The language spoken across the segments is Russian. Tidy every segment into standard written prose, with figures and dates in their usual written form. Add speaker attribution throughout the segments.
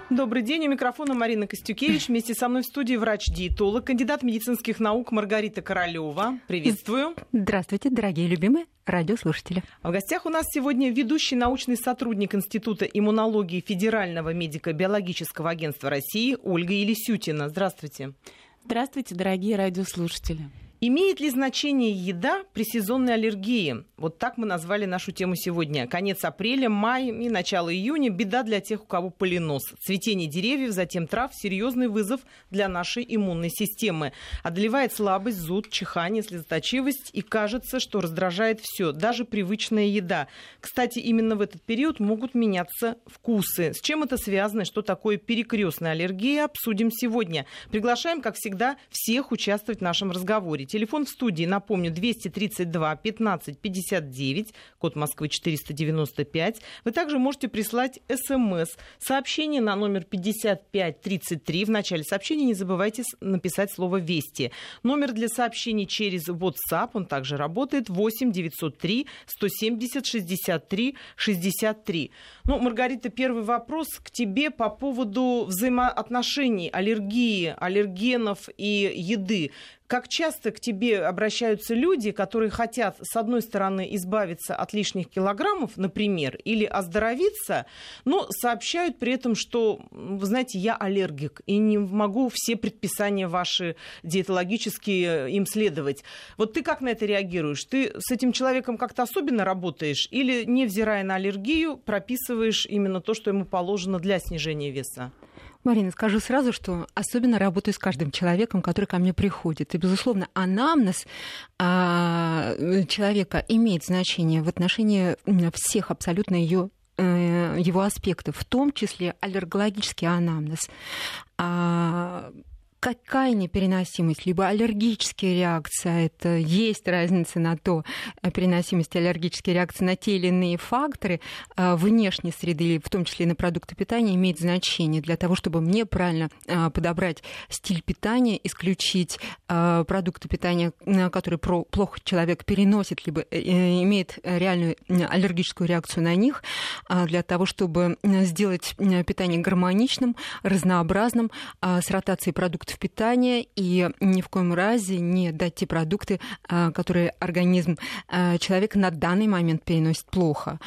Speaker 1: Добрый день. У микрофона Марина Костюкевич. Вместе со мной в студии врач-диетолог, кандидат медицинских наук Маргарита Королева. Приветствую.
Speaker 2: Здравствуйте, дорогие любимые радиослушатели.
Speaker 1: А в гостях у нас сегодня ведущий научный сотрудник Института иммунологии Федерального медико-биологического агентства России Ольга Елисютина. Здравствуйте.
Speaker 3: Здравствуйте, дорогие радиослушатели.
Speaker 1: Имеет ли значение еда при сезонной аллергии? Вот так мы назвали нашу тему сегодня. Конец апреля, май и начало июня. Беда для тех, у кого поленоз. Цветение деревьев, затем трав – серьезный вызов для нашей иммунной системы. Одолевает слабость, зуд, чихание, слезоточивость. И кажется, что раздражает все, даже привычная еда. Кстати, именно в этот период могут меняться вкусы. С чем это связано, что такое перекрестная аллергия, обсудим сегодня. Приглашаем, как всегда, всех участвовать в нашем разговоре. Телефон в студии, напомню, 232 15 59, код Москвы 495. Вы также можете прислать СМС-сообщение на номер 5533. В начале сообщения не забывайте написать слово «Вести». Номер для сообщений через WhatsApp, он также работает, 8 903 170 63 63. Ну, Маргарита, первый вопрос к тебе по поводу взаимоотношений аллергии, аллергенов и еды. Как часто к тебе обращаются люди, которые хотят, с одной стороны, избавиться от лишних килограммов, например, или оздоровиться, но сообщают при этом, что, вы знаете, я аллергик и не могу все предписания ваши диетологические им следовать. Вот ты как на это реагируешь? Ты с этим человеком как-то особенно работаешь или, невзирая на аллергию, прописываешь именно то, что ему положено для снижения веса?
Speaker 2: Марина, скажу сразу, что особенно работаю с каждым человеком, который ко мне приходит. И, безусловно, анамнез человека имеет значение в отношении всех абсолютно его аспектов, в том числе аллергологический анамнез. Какая непереносимость, либо аллергическая реакция, это есть разница на то, переносимость аллергической реакции на те или иные факторы внешней среды, в том числе и на продукты питания, имеет значение для того, чтобы мне правильно подобрать стиль питания, исключить продукты питания, которые плохо человек переносит, либо имеет реальную аллергическую реакцию на них, для того, чтобы сделать питание гармоничным, разнообразным, с ротацией продуктов питания и ни в коем разе не дать те продукты, которые организм человека на данный момент переносит плохо.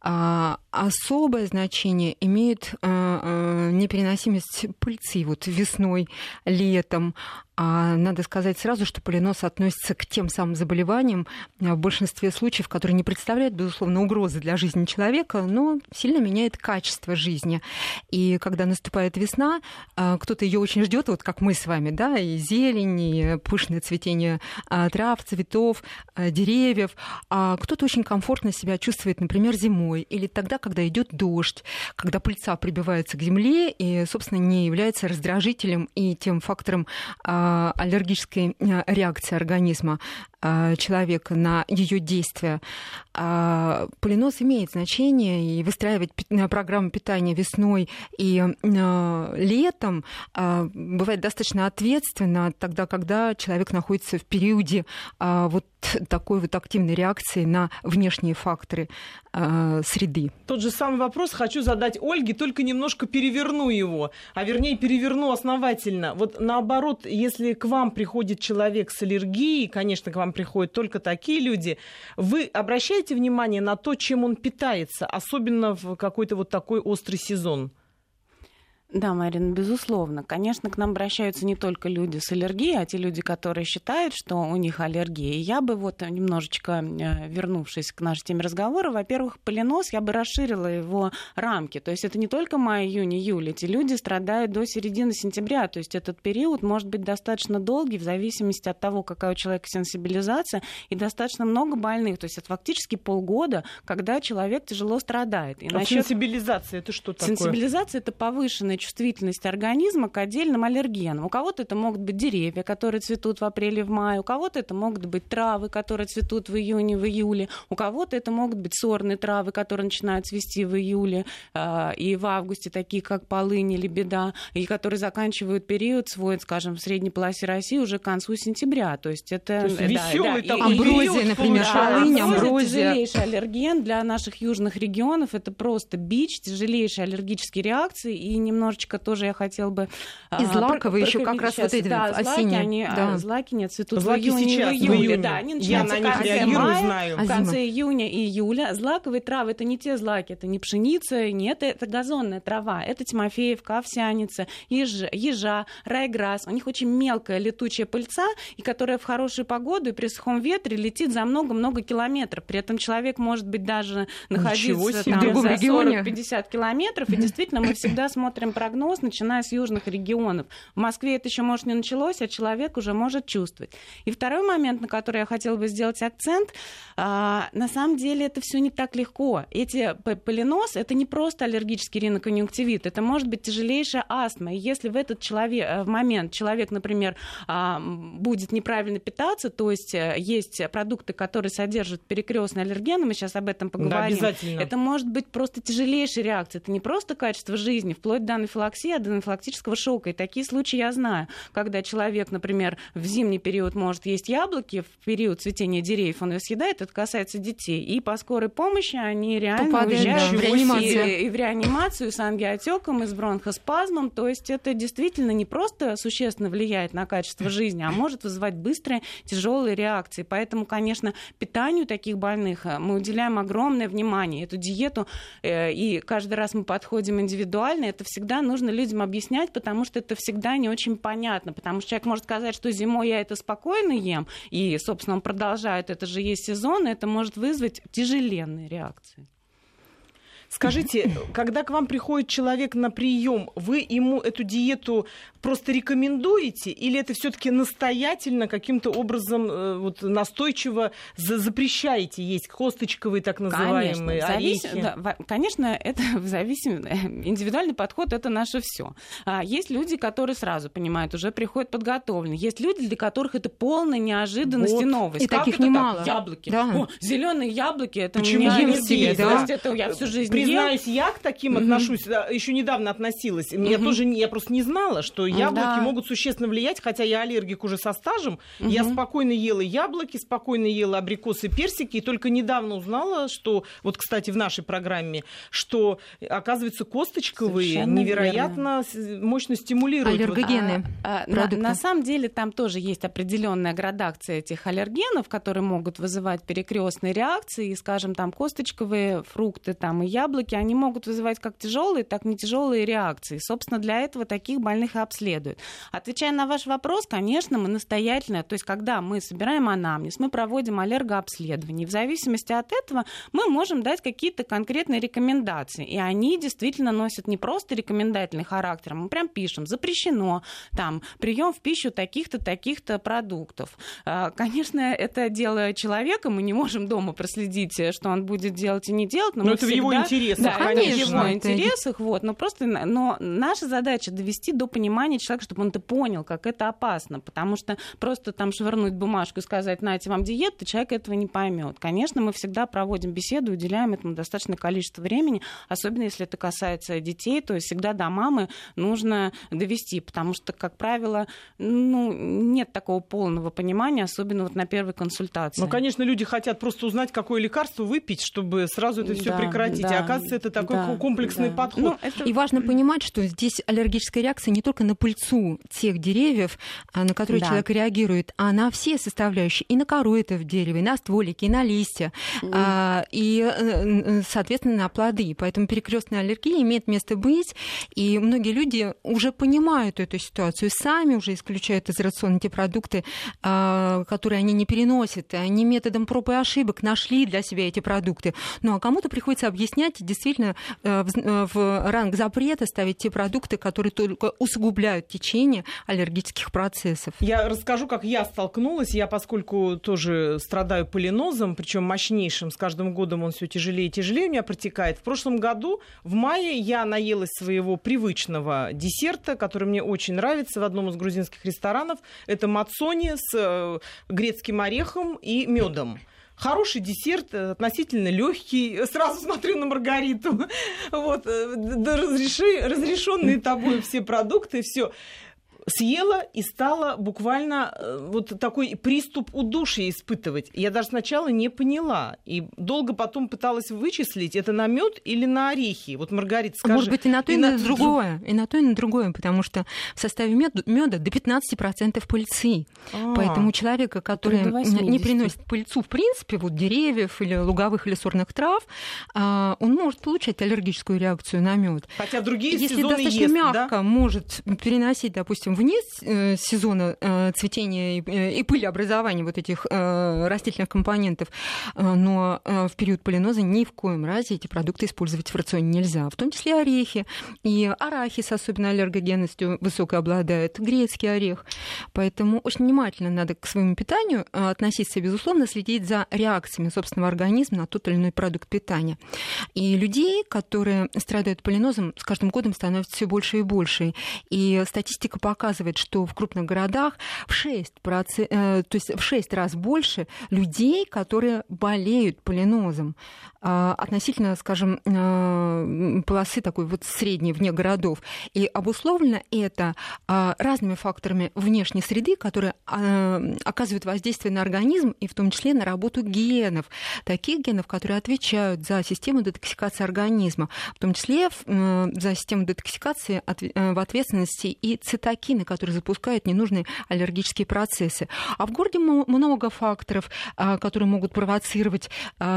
Speaker 2: Особое значение имеет непереносимость пыльцы вот весной, летом. Надо сказать сразу, что поленоз относится к тем самым заболеваниям в большинстве случаев, которые не представляют, безусловно, угрозы для жизни человека, но сильно меняет качество жизни. И когда наступает весна, кто-то ее очень ждет, вот как мы с вами, да, и зелень, и пышное цветение трав, цветов, деревьев. А кто-то очень комфортно себя чувствует, например, зимой или тогда, когда идет дождь, когда пыльца прибивается к земле и, собственно, не является раздражителем и тем фактором аллергической реакции организма человека на ее действия. Поленоз имеет значение, и выстраивать программу питания весной и летом бывает достаточно ответственно тогда, когда человек находится в периоде вот такой вот активной реакции на внешние факторы среды.
Speaker 1: Тот же самый вопрос хочу задать Ольге, только немножко переверну его, а вернее переверну основательно. Вот наоборот, если к вам приходит человек с аллергией, конечно, к вам приходят только такие люди, вы обращаете внимание на то, чем он питается, особенно в какой-то вот такой острый сезон?
Speaker 3: Да, Марина, безусловно. Конечно, к нам обращаются не только люди с аллергией, а те люди, которые считают, что у них аллергия. И я бы вот немножечко, вернувшись к нашей теме разговора, во-первых, поленоз, я бы расширила его рамки. То есть это не только май, июнь, июль. Эти люди страдают до середины сентября. То есть этот период может быть достаточно долгий в зависимости от того, какая у человека сенсибилизация, и достаточно много больных. То есть это фактически полгода, когда человек тяжело страдает. И
Speaker 1: сенсибилизация — это что такое?
Speaker 3: Сенсибилизация — это повышенная чувствительность организма к отдельным аллергенам. У кого-то это могут быть деревья, которые цветут в апреле, в мае, у кого-то это могут быть травы, которые цветут в июне, в июле, у кого-то это могут быть сорные травы, которые начинают цвести в июле и в августе, такие как полынь или беда, и которые заканчивают период свой, скажем, в средней полосе России уже к концу сентября. То есть это
Speaker 1: веселый такой
Speaker 2: амброзия,
Speaker 1: период,
Speaker 2: например, полынь, амброзия.
Speaker 3: Тяжелейший аллерген для наших южных регионов. Это просто бич, тяжелейшие аллергические реакции, и немножечко немножечко тоже я хотела бы...
Speaker 2: И злаковые еще как раз вот эти осенние.
Speaker 3: Злаки не цветут
Speaker 1: в июне.
Speaker 3: Да, они
Speaker 1: я на них реагирую, знаю.
Speaker 3: В конце июня и июля. Злаковые травы — это не те злаки, это не пшеница, нет, это газонная трава. Это тимофеевка, овсяница, ежа, райграсс. У них очень мелкая летучая пыльца, и которая в хорошую погоду и при сухом ветре летит за много-много километров. При этом человек может быть даже находиться там за 40-50 километров. И действительно мы всегда смотрим прогноз, начиная с южных регионов. В Москве это еще, может, не началось, а человек уже может чувствовать. И второй момент, на который я хотела бы сделать акцент, на самом деле это все не так легко. Поленоз — это не просто аллергический риноконъюнктивит, это может быть тяжелейшая астма. И если в этот момент человек, например, будет неправильно питаться, то есть есть продукты, которые содержат перекрестные аллергены, мы сейчас об этом поговорим. Да,
Speaker 1: обязательно.
Speaker 3: Это может быть просто тяжелейшая реакция. Это не просто качество жизни, вплоть до анафилаксии, до анафилактического шока. И такие случаи я знаю, когда человек, например, в зимний период может есть яблоки, в период цветения деревьев он их съедает, это касается детей. И по скорой помощи они реально уезжают и в реанимацию с ангиотеком, и с бронхоспазмом. То есть это действительно не просто существенно влияет на качество жизни, а может вызывать быстрые тяжелые реакции. Поэтому, конечно, питанию таких больных мы уделяем огромное внимание. Эту диету, и каждый раз мы подходим индивидуально, это всегда нужно людям объяснять, потому что это всегда не очень понятно. Потому что человек может сказать, что зимой я это спокойно ем, и, собственно, он продолжает, это же есть сезон, и это может вызвать тяжеленные реакции.
Speaker 1: Скажите, когда к вам приходит человек на прием, вы ему эту диету просто рекомендуете, или это все-таки настоятельно каким-то образом вот, настойчиво запрещаете есть косточковые так называемые орехи?
Speaker 3: Конечно, это в зависимости. Индивидуальный подход — это наше все. Есть люди, которые сразу понимают, уже приходят подготовленные. Есть люди, для которых это полная неожиданность и новость.
Speaker 2: И таких немало.
Speaker 3: Яблоки.
Speaker 2: Да.
Speaker 3: Зеленые яблоки — это
Speaker 1: почему
Speaker 3: у меня
Speaker 1: аллергия?
Speaker 3: Да? Это я всю жизнь
Speaker 1: признаюсь, я к таким отношусь, еще недавно относилась. Я тоже я просто не знала, что яблоки могут существенно влиять, хотя я аллергик уже со стажем. Я спокойно ела яблоки, спокойно ела абрикосы, персики, и только недавно узнала, что, вот, кстати, в нашей программе, что, оказывается, косточковые совершенно невероятно мощно стимулируют.
Speaker 2: Аллергогены.
Speaker 3: На самом деле там тоже есть определенная градация этих аллергенов, которые могут вызывать перекрестные реакции, и, скажем, там косточковые фрукты там, и яблоки, они могут вызывать как тяжелые, так и не тяжелые реакции. Собственно, для этого таких больных и обследуют. Отвечая на ваш вопрос, конечно, мы настоятельно, то есть когда мы собираем анамнез, мы проводим аллергообследование. В зависимости от этого мы можем дать какие-то конкретные рекомендации. И они действительно носят не просто рекомендательный характер, мы прям пишем: запрещено там прием в пищу таких-то, таких-то продуктов. Конечно, это дело человека, мы не можем дома проследить, что он будет делать и не делать.
Speaker 1: Но это всегда... в его интересах,
Speaker 3: да,
Speaker 1: конечно.
Speaker 3: В его интересах, вот, но наша задача довести до понимания человека, чтобы он это понял, как это опасно, потому что просто там швырнуть бумажку и сказать: нате вам диету, человек этого не поймет. Конечно, мы всегда проводим беседу, уделяем этому достаточное количество времени, особенно если это касается детей, то есть всегда до мамы нужно довести, потому что, как правило, нет такого полного понимания, особенно вот на первой консультации.
Speaker 1: Ну, конечно, люди хотят просто узнать, какое лекарство выпить, чтобы сразу это все прекратить. А оказывается, это такой комплексный подход.
Speaker 2: И важно понимать, что здесь аллергическая реакция не только на пыльцу тех деревьев, на которые человек реагирует, а на все составляющие. И на кору этого дерева, и на стволики, и на листья, и, соответственно, на плоды. Поэтому перекрестная аллергия имеет место быть. И многие люди уже понимают эту ситуацию, сами уже исключают из рациона те продукты, которые они не переносят. Они методом проб и ошибок нашли для себя эти продукты. Ну а кому-то приходится объяснять, действительно в ранг запрета ставить те продукты, которые только усугубляют течение аллергических процессов.
Speaker 1: Я расскажу, как я столкнулась. Я, поскольку тоже страдаю поленозом, причем мощнейшим, с каждым годом он все тяжелее и тяжелее у меня протекает. В прошлом году, в мае, я наелась своего привычного десерта, который мне очень нравится в одном из грузинских ресторанов. Это мацони с грецким орехом и медом. Хороший десерт, относительно легкий. Сразу смотрю на Маргариту. Вот, разрешенные тобой все продукты, все. съела и стала буквально вот такой приступ удушья испытывать. Я даже сначала не поняла. И долго потом пыталась вычислить, это на мед или на орехи. Вот, Маргарита, скажи.
Speaker 2: Может быть, и на то, и на другое. И на то, и на другое, потому что в составе меда до 15% пыльцы. Поэтому у человека, который не приносит пыльцу, в принципе, вот деревьев или луговых или сорных трав, он может получать аллергическую реакцию на мед.
Speaker 1: Хотя другие
Speaker 2: если
Speaker 1: сезоны
Speaker 2: достаточно
Speaker 1: ест,
Speaker 2: мягко может переносить, допустим, вне сезона цветения и пылеобразования вот этих растительных компонентов, но в период полиноза ни в коем разе эти продукты использовать в рационе нельзя. В том числе орехи. И арахис особенно аллергогенностью высокой обладает, грецкий орех. Поэтому очень внимательно надо к своему питанию относиться, безусловно, следить за реакциями собственного организма на тот или иной продукт питания. И людей, которые страдают полинозом, с каждым годом становится все больше и больше. И статистика показывает, что в крупных городах в 6 раз больше людей, которые болеют полинозом, относительно, скажем, полосы такой вот средней вне городов. И обусловлено это разными факторами внешней среды, которые оказывают воздействие на организм и в том числе на работу генов. Таких генов, которые отвечают за систему детоксикации организма. В том числе за систему детоксикации в ответственности и цитокины, которые запускают ненужные аллергические процессы. А в городе много факторов, которые могут провоцировать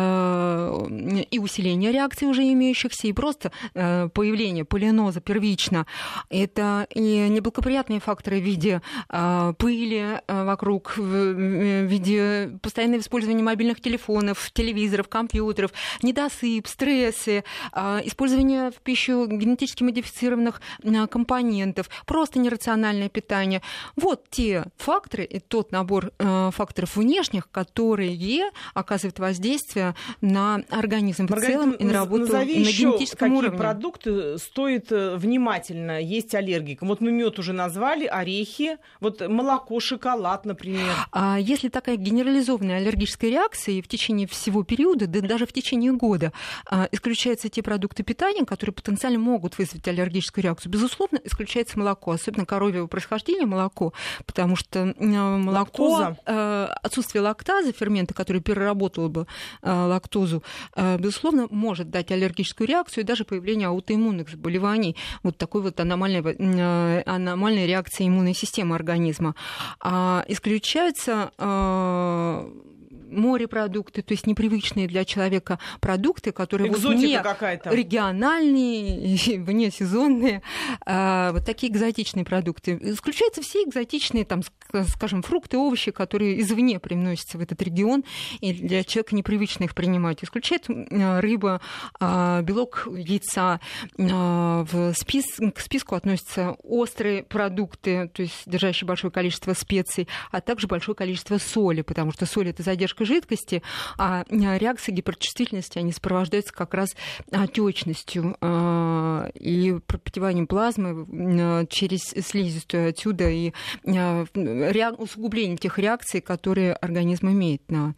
Speaker 2: и усиление реакций уже имеющихся, и просто появление полиноза первично. Это и неблагоприятные факторы в виде пыли вокруг, в виде постоянного использования мобильных телефонов, телевизоров, компьютеров, недосып, стрессы, использование в пищу генетически модифицированных компонентов, просто нерациональное питание. Вот те факторы и тот набор факторов внешних, которые оказывают воздействие на организм в целом и на работу на генетическом уровне.
Speaker 1: Какие продукты стоит внимательно есть аллергикам? Вот мы мед уже назвали, орехи, вот молоко, шоколад, например.
Speaker 2: Если такая генерализованная аллергическая реакция, и в течение всего периода, да даже в течение года, исключаются те продукты питания, которые потенциально могут вызвать аллергическую реакцию, безусловно, исключается молоко, особенно коровьего происхождения молоко, потому что молоко, отсутствие лактазы, фермента, который переработал бы лактозу, безусловно, может дать аллергическую реакцию и даже появление аутоиммунных заболеваний, вот такой вот аномальной реакции иммунной системы организма. Исключаются морепродукты, то есть непривычные для человека продукты, которые
Speaker 1: экзотика какая-то,
Speaker 2: региональные, внесезонные, вот такие экзотичные продукты. Исключаются все экзотичные, там, скажем, фрукты, овощи, которые извне привносятся в этот регион, и для человека непривычно их принимать. Исключается рыба, белок яйца. К списку относятся острые продукты, то есть содержащие большое количество специй, а также большое количество соли, потому что соль — это задержка жидкости, а реакции гиперчувствительности, они сопровождаются как раз отечностью и пропитыванием плазмы через слизистую отсюда и усугубление тех реакций, которые организм имеет на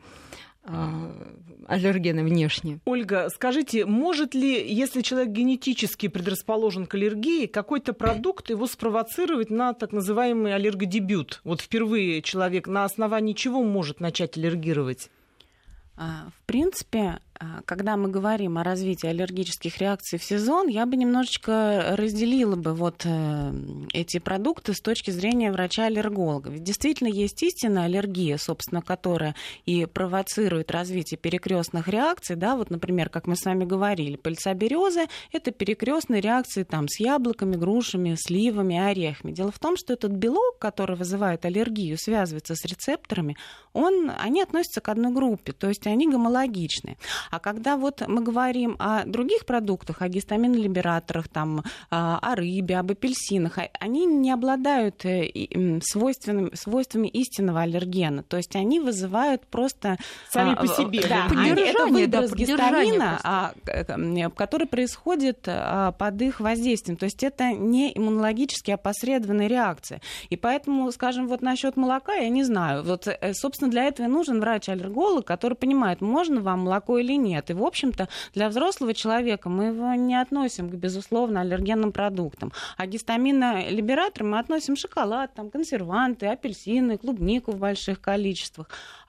Speaker 2: аллергены внешние.
Speaker 1: Ольга, скажите, может ли, если человек генетически предрасположен к аллергии, какой-то продукт его спровоцировать на так называемый аллергодебют? Вот впервые человек на основании чего может начать аллергировать?
Speaker 3: В принципе, когда мы говорим о развитии аллергических реакций в сезон, я бы немножечко разделила бы вот эти продукты с точки зрения врача-аллерголога. Ведь действительно есть истинная аллергия, собственно, которая и провоцирует развитие перекрестных реакций. Да? Вот, например, как мы с вами говорили, пыльцоберезы — это перекрестные реакции там, с яблоками, грушами, сливами, орехами. Дело в том, что этот белок, который вызывает аллергию, связывается с рецепторами, они относятся к одной группе, то есть они гомологичны. А когда вот мы говорим о других продуктах, о гистаминолибераторах, там, о рыбе, об апельсинах, они не обладают свойствами истинного аллергена. То есть они вызывают просто...
Speaker 1: Сами по себе.
Speaker 3: Да, это выброс гистамина, который происходит под их воздействием. То есть это не иммунологически опосредованная реакция. И поэтому, скажем, вот насчет молока, я не знаю. Вот, собственно, для этого и нужен врач-аллерголог, который понимает, можно вам молоко или нет. И, в общем-то, для взрослого человека мы его не относим к, безусловно, аллергенным продуктам. А гистаминолибераторы мы относим шоколад, там, консерванты, апельсины, клубнику в больших количествах.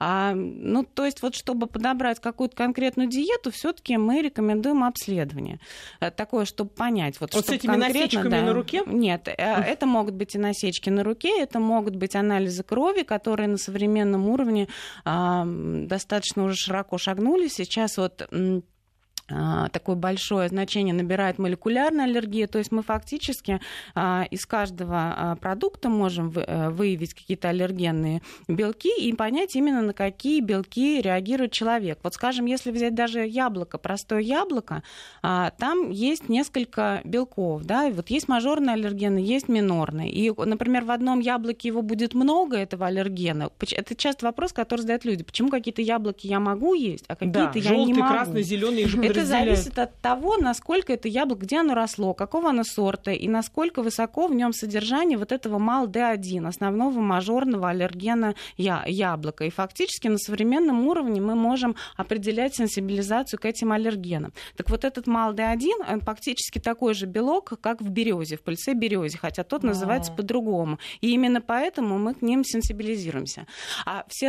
Speaker 3: То есть вот чтобы подобрать какую-то конкретную диету, все-таки мы рекомендуем обследование. Такое, чтобы понять. Вот
Speaker 1: с этими насечками на руке?
Speaker 3: Нет, это могут быть и насечки на руке, это могут быть анализы крови, которые на современном уровне достаточно уже широко шагнули. Сейчас вот такое большое значение набирает молекулярная аллергия, то есть мы фактически из каждого продукта можем выявить какие-то аллергенные белки и понять именно, на какие белки реагирует человек. Вот, скажем, если взять даже яблоко, простое яблоко, там есть несколько белков, да, и вот есть мажорные аллергены, есть минорные. И, например, в одном яблоке его будет много, этого аллергена. Это часто вопрос, который задают люди. Почему какие-то яблоки я могу есть, а какие-то я не могу?
Speaker 1: Желтый, красный, зеленый,
Speaker 3: это зависит от того, насколько это яблоко, где оно росло, какого оно сорта и насколько высоко в нем содержание вот этого МАЛ-D1, основного мажорного аллергена яблока. И фактически на современном уровне мы можем определять сенсибилизацию к этим аллергенам. Так вот этот МАЛ-D1, он фактически такой же белок, как в березе, в пыльце березе, хотя тот называется по-другому. И именно поэтому мы к ним сенсибилизируемся. А все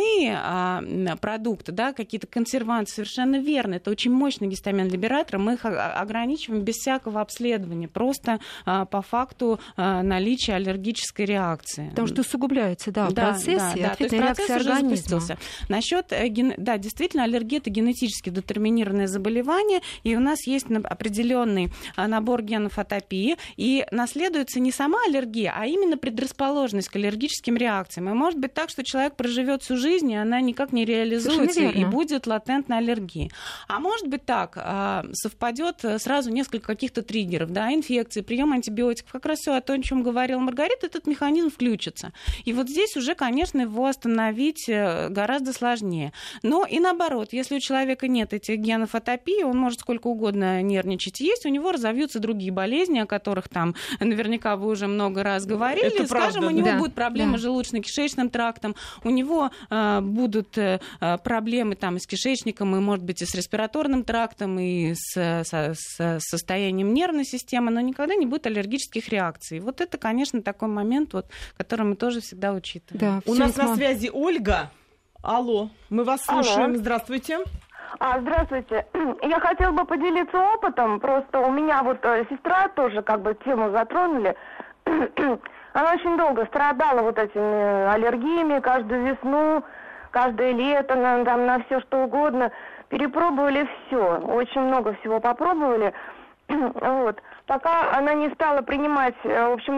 Speaker 3: остальные продукты, да, какие-то консерванты, совершенно верно, это очень мощный гистамин-либератор, мы их ограничиваем без всякого обследования, просто по факту наличия аллергической реакции.
Speaker 2: Потому что усугубляется, процесс и ответная реакция организма.
Speaker 3: Насчет, действительно, аллергия — это генетически детерминированное заболевание, и у нас есть определенный набор генов атопии, и наследуется не сама аллергия, а именно предрасположенность к аллергическим реакциям. И может быть так, что человек проживет всю жизнь, и она никак не реализуется, и будет латентной аллергией. А может быть так, совпадет сразу несколько каких-то триггеров, да, инфекции, прием антибиотиков, как раз все о том, о чем говорила Маргарита, этот механизм включится. И вот здесь уже, конечно, его остановить гораздо сложнее. Но и наоборот, если у человека нет этих генов атопии, он может сколько угодно нервничать и есть, у него разовьются другие болезни, о которых там наверняка вы уже много раз говорили.
Speaker 1: Это
Speaker 3: Скажем,
Speaker 1: правда,
Speaker 3: у него будут проблемы с желудочно-кишечным трактом, у него будут проблемы там и с кишечником, и, может быть, и с респираторным трактом, и с состоянием нервной системы, но никогда не будет аллергических реакций. Вот это, конечно, такой момент, вот, который мы тоже всегда учитываем.
Speaker 1: Да, у нас на связи Ольга. Алло, мы вас слушаем. Алло. Здравствуйте.
Speaker 4: Здравствуйте. Я хотела бы поделиться опытом. Просто у меня вот сестра тоже как бы тему затронули. Она очень долго страдала вот этими аллергиями каждую весну, каждое лето, на все что угодно. Перепробовали все, очень много всего попробовали. Вот. Пока она не стала принимать, в общем,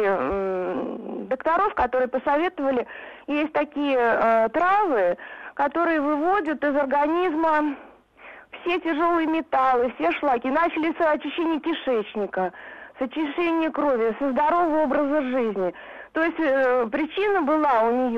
Speaker 4: нашли докторов, которые посоветовали. Есть такие травы, которые выводят из организма все тяжелые металлы, все шлаки. Начали с очищения кишечника, с очищения крови, со здорового образа жизни. То есть причина была у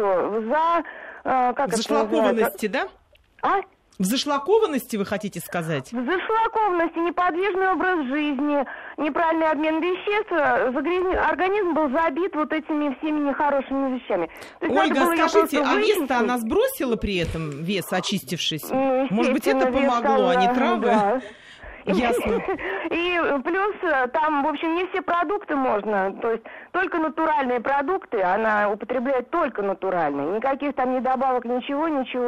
Speaker 4: нее
Speaker 1: в зашлакованности, да? В зашлакованности, вы хотите сказать?
Speaker 4: В зашлакованности, неподвижный образ жизни, неправильный обмен веществ, организм был забит вот этими всеми нехорошими вещами.
Speaker 1: Ольга, скажите, а вес-то она сбросила при этом, вес очистившись? Может быть, это помогло, а не травы?
Speaker 4: Да.
Speaker 1: Ясно.
Speaker 4: И плюс там, в общем, не все продукты можно, то есть только натуральные продукты, она употребляет только натуральные, никаких там ни добавок, ничего,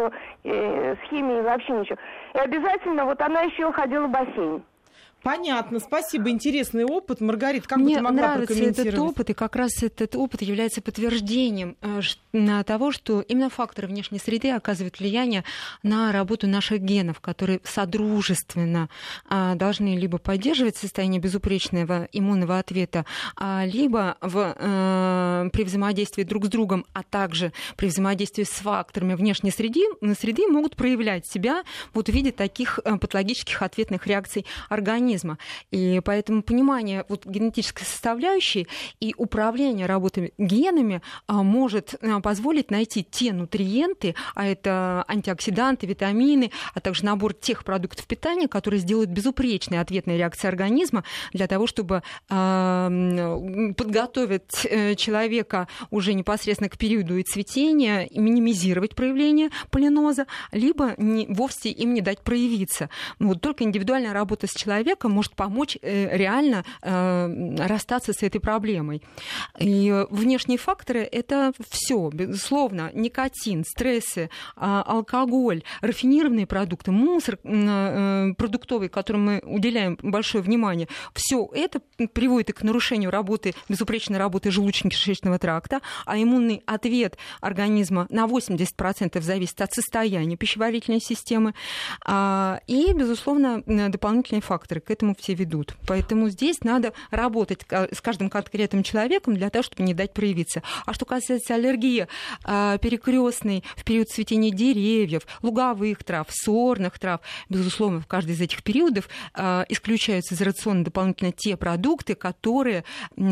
Speaker 4: с химией вообще ничего. И обязательно вот она еще ходила в бассейн.
Speaker 1: Понятно, спасибо, интересный опыт. Маргарита, как бы ты могла прокомментировать?
Speaker 2: Мне нравится этот опыт, и как раз этот опыт является подтверждением того, что именно факторы внешней среды оказывают влияние на работу наших генов, которые содружественно должны либо поддерживать состояние безупречного иммунного ответа, либо при взаимодействии друг с другом, а также при взаимодействии с факторами внешней среды могут проявлять себя вот в виде таких патологических ответных реакций организма. организма. И поэтому понимание вот генетической составляющей и управление работой генами может позволить найти те нутриенты, а это антиоксиданты, витамины, а также набор тех продуктов питания, которые сделают безупречной ответной реакцией организма для того, чтобы подготовить человека уже непосредственно к периоду и цветения, и минимизировать проявление полиноза, либо вовсе им не дать проявиться. Вот только индивидуальная работа с человеком может помочь реально расстаться с этой проблемой. И внешние факторы — это все, безусловно, никотин, стрессы, алкоголь, рафинированные продукты, мусор продуктовый, которому мы уделяем большое внимание. Все это приводит и к нарушению работы, безупречной работы желудочно-кишечного тракта, а иммунный ответ организма на 80% зависит от состояния пищеварительной системы. И, безусловно, дополнительные факторы к этому все ведут. Поэтому здесь надо работать с каждым конкретным человеком для того, чтобы не дать проявиться. А что касается аллергии перекрестной в период цветения деревьев, луговых трав, сорных трав, безусловно, в каждый из этих периодов исключаются из рациона дополнительно те продукты, которые,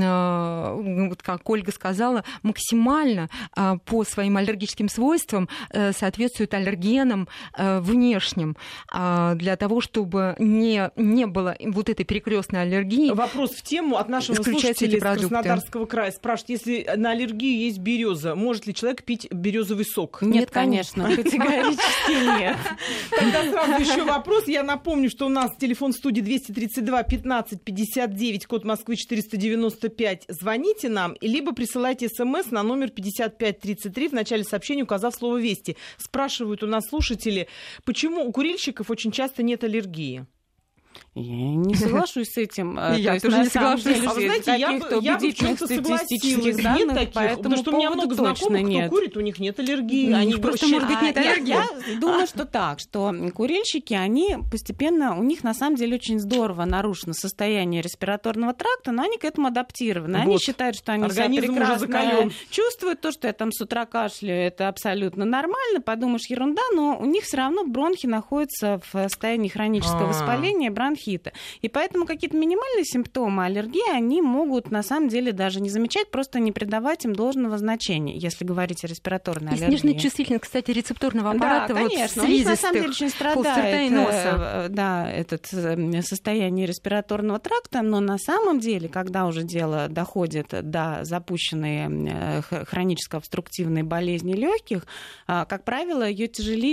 Speaker 2: как Ольга сказала, максимально по своим аллергическим свойствам соответствуют аллергенам внешним, для того, чтобы не было вот этой перекрестной аллергии.
Speaker 1: Вопрос в тему от нашего слушателя из Краснодарского края. Спрашивает, если на аллергию есть береза, может ли человек пить березовый сок?
Speaker 3: Нет, конечно, категорически нет.
Speaker 1: Тогда сразу еще вопрос. Я напомню, что у нас телефон студии 232 15 59, код Москвы 495. Звоните нам, либо присылайте смс на номер 5533, в начале сообщения указав слово «Вести». Спрашивают у нас слушатели, почему у курильщиков очень часто нет аллергии?
Speaker 3: Я не соглашусь с этим.
Speaker 2: Я тоже не соглашусь.
Speaker 1: А вы знаете, я бы в чем-то согласилась. Нет таких, потому что у меня много знакомых, кто курит, у них нет аллергии.
Speaker 2: Они просто, может быть, нет аллергии.
Speaker 3: Я думаю, что так, что курильщики, они постепенно, у них на самом деле очень здорово нарушено состояние респираторного тракта, но они к этому адаптированы. Они считают, что они себя прекрасно чувствуют. То, что я там с утра кашляю, это абсолютно нормально. Подумаешь, ерунда, но у них все равно бронхи находятся в состоянии хронического воспаления, бронхита. И поэтому какие-то минимальные симптомы аллергии они могут на самом деле даже не замечать, просто не придавать им должного значения, если говорить о респираторной аллергии.
Speaker 2: Сниженная чувствительность, кстати, рецепторного аппарата,
Speaker 3: да, конечно.
Speaker 2: Вот
Speaker 3: у них на самом деле очень страдает это состояние респираторного тракта, но на самом деле, когда уже дело доходит до запущенной хронической обструктивной болезни легких, как правило, ее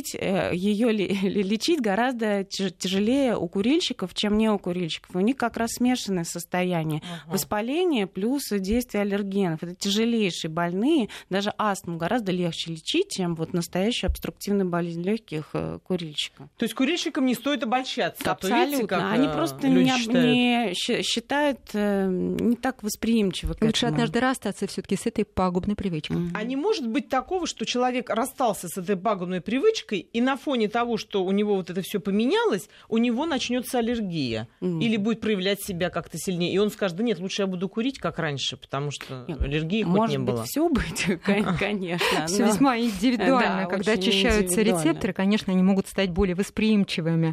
Speaker 3: лечить гораздо тяжелее у курильщиков, чем не у курильщиков. У них как раз смешанное состояние воспаления плюс действие аллергенов. Это тяжелейшие больные. Даже астму гораздо легче лечить, чем вот настоящую обструктивную болезнь легких курильщика.
Speaker 1: То есть курильщикам не стоит обольщаться?
Speaker 3: Абсолютно.
Speaker 1: Видите, как
Speaker 3: они просто не считают не так восприимчиво к этому.
Speaker 2: Лучше однажды расстаться все-таки с этой пагубной привычкой.
Speaker 1: А не может быть такого, что человек расстался с этой пагубной привычкой, и на фоне того, что у него вот это все поменялось, у него начнется аллергия. Или будет проявлять себя как-то сильнее. И он скажет, да нет, лучше я буду курить, как раньше, потому что аллергии хоть не было.
Speaker 3: Может быть, все быть, конечно.
Speaker 2: Все весьма индивидуально. Когда очищаются рецепторы, конечно, они могут стать более восприимчивыми.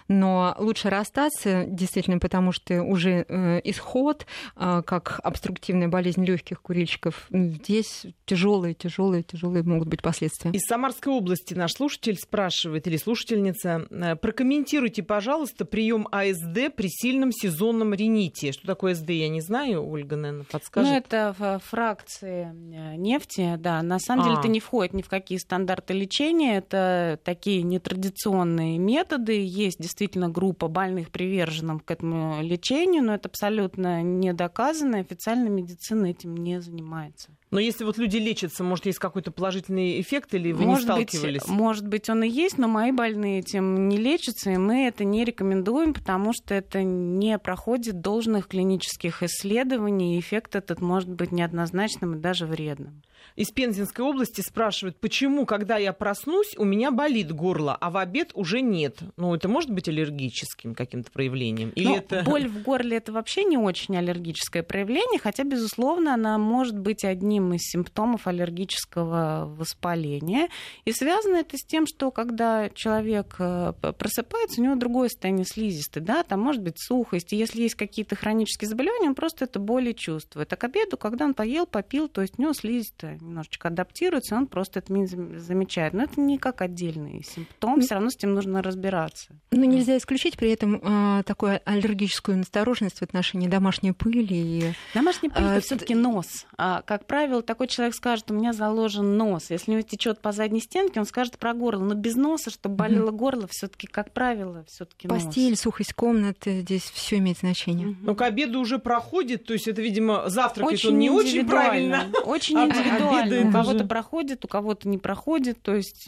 Speaker 2: Но лучше расстаться, действительно, потому что уже исход, как обструктивная болезнь легких курильщиков, здесь тяжелые могут быть последствия.
Speaker 1: Из Самарской области наш слушатель спрашивает, или слушательница, прокомментируйте, пожалуйста, прием АСД при сильном сезонном рините. Что такое АСД, я не знаю, Ольга, наверное, подскажет.
Speaker 3: Ну, это фракции нефти, да. На самом деле это не входит ни в какие стандарты лечения. Это такие нетрадиционные методы. Есть действительно группа больных, приверженных к этому лечению, но это абсолютно не доказано. Официальная медицина этим не занимается.
Speaker 1: Но если вот люди лечатся, может, есть какой-то положительный эффект, или вы не сталкивались?
Speaker 3: Может быть, он и есть, но мои больные этим не лечатся, и мы это не рекомендуем, потому что это не проходит должных клинических исследований, и эффект этот может быть неоднозначным и даже вредным.
Speaker 1: Из Пензенской области спрашивают, почему, когда я проснусь, у меня болит горло, а в обед уже нет? Ну, это может быть аллергическим каким-то проявлением? Или это...
Speaker 3: Боль в горле — это вообще не очень аллергическое проявление, хотя, безусловно, она может быть одним из симптомов аллергического воспаления. И связано это с тем, что когда человек просыпается, у него другое состояние слизистой, чувствует, да, там может быть сухость, и если есть какие-то хронические заболевания, он просто это боли чувствует. А к обеду, когда он поел, попил, то есть у него слизь-то немножечко адаптируется, он просто это не замечает. Но это не как отдельный симптом, все равно с этим нужно разбираться.
Speaker 2: Но нельзя исключить при этом такую аллергическую настороженность в отношении домашней пыли.
Speaker 3: Домашняя пыль это все-таки нос. Как правило, такой человек скажет, у меня заложен нос. Если у него течет по задней стенке, он скажет про горло. Но без носа, чтобы болело горло, все-таки, как правило, все-таки нос.
Speaker 2: Постель, сухость комнаты, здесь все имеет значение.
Speaker 1: Но к обеду уже проходит, то есть это, видимо, завтракает он не очень правильно.
Speaker 3: Очень индивидуально. У кого-то проходит, у кого-то не проходит, то есть...